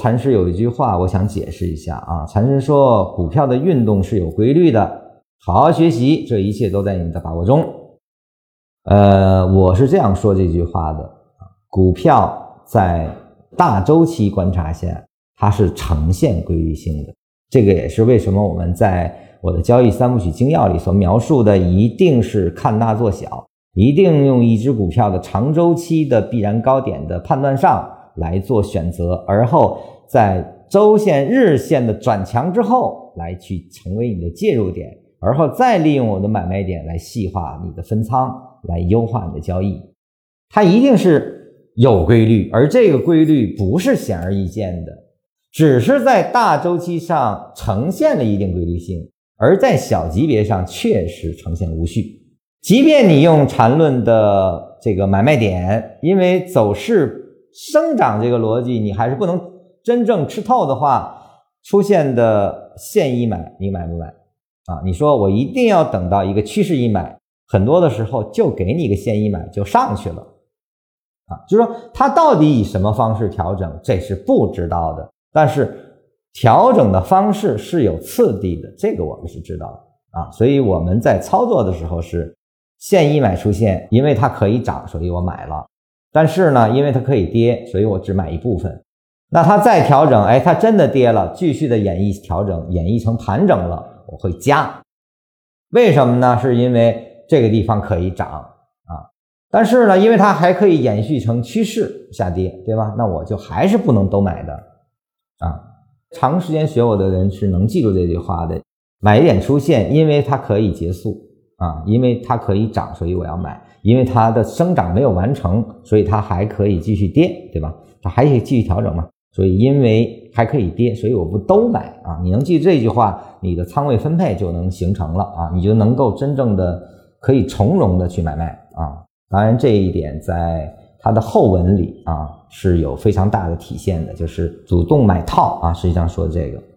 禅师有一句话我想解释一下啊，禅师说股票的运动是有规律的，好好学习，这一切都在你的把握中。我是这样说这句话的，股票在大周期观察下它是呈现规律性的，这个也是为什么我们在我的交易三部曲精要里所描述的一定是看大做小，一定用一只股票的长周期的必然高点的判断上来做选择，而后在周线日线的转强之后来去成为你的介入点，而后再利用我的买卖点来细化你的分仓，来优化你的交易。它一定是有规律，而这个规律不是显而易见的，只是在大周期上呈现了一定规律性，而在小级别上确实呈现无序。即便你用缠论的这个买卖点，因为走势生长这个逻辑你还是不能真正吃透的话，出现的现一买你买不买啊？你说我一定要等到一个趋势一买，很多的时候就给你一个现一买就上去了啊，就是说它到底以什么方式调整，这是不知道的，但是调整的方式是有次第的，这个我们是知道的啊。所以我们在操作的时候是现一买出现，因为它可以涨，所以我买了，但是呢，因为它可以跌，所以我只买一部分。那它再调整，它真的跌了，继续的演绎调整，演绎成盘整了，我会加。为什么呢？是因为这个地方可以涨啊，但是呢，因为它还可以延续成趋势下跌，对吧？那我就还是不能都买的啊。长时间学我的人是能记住这句话的，买点出现，因为它可以结束啊，因为它可以涨，所以我要买，因为它的生长没有完成，所以它还可以继续跌，对吧？它还可以继续调整嘛，所以因为还可以跌，所以我不都买啊。你能记住这句话，你的仓位分配就能形成了啊，你就能够真正的可以从容的去买卖啊。当然这一点在它的后文里啊是有非常大的体现的，就是主动买套啊，实际上说的这个。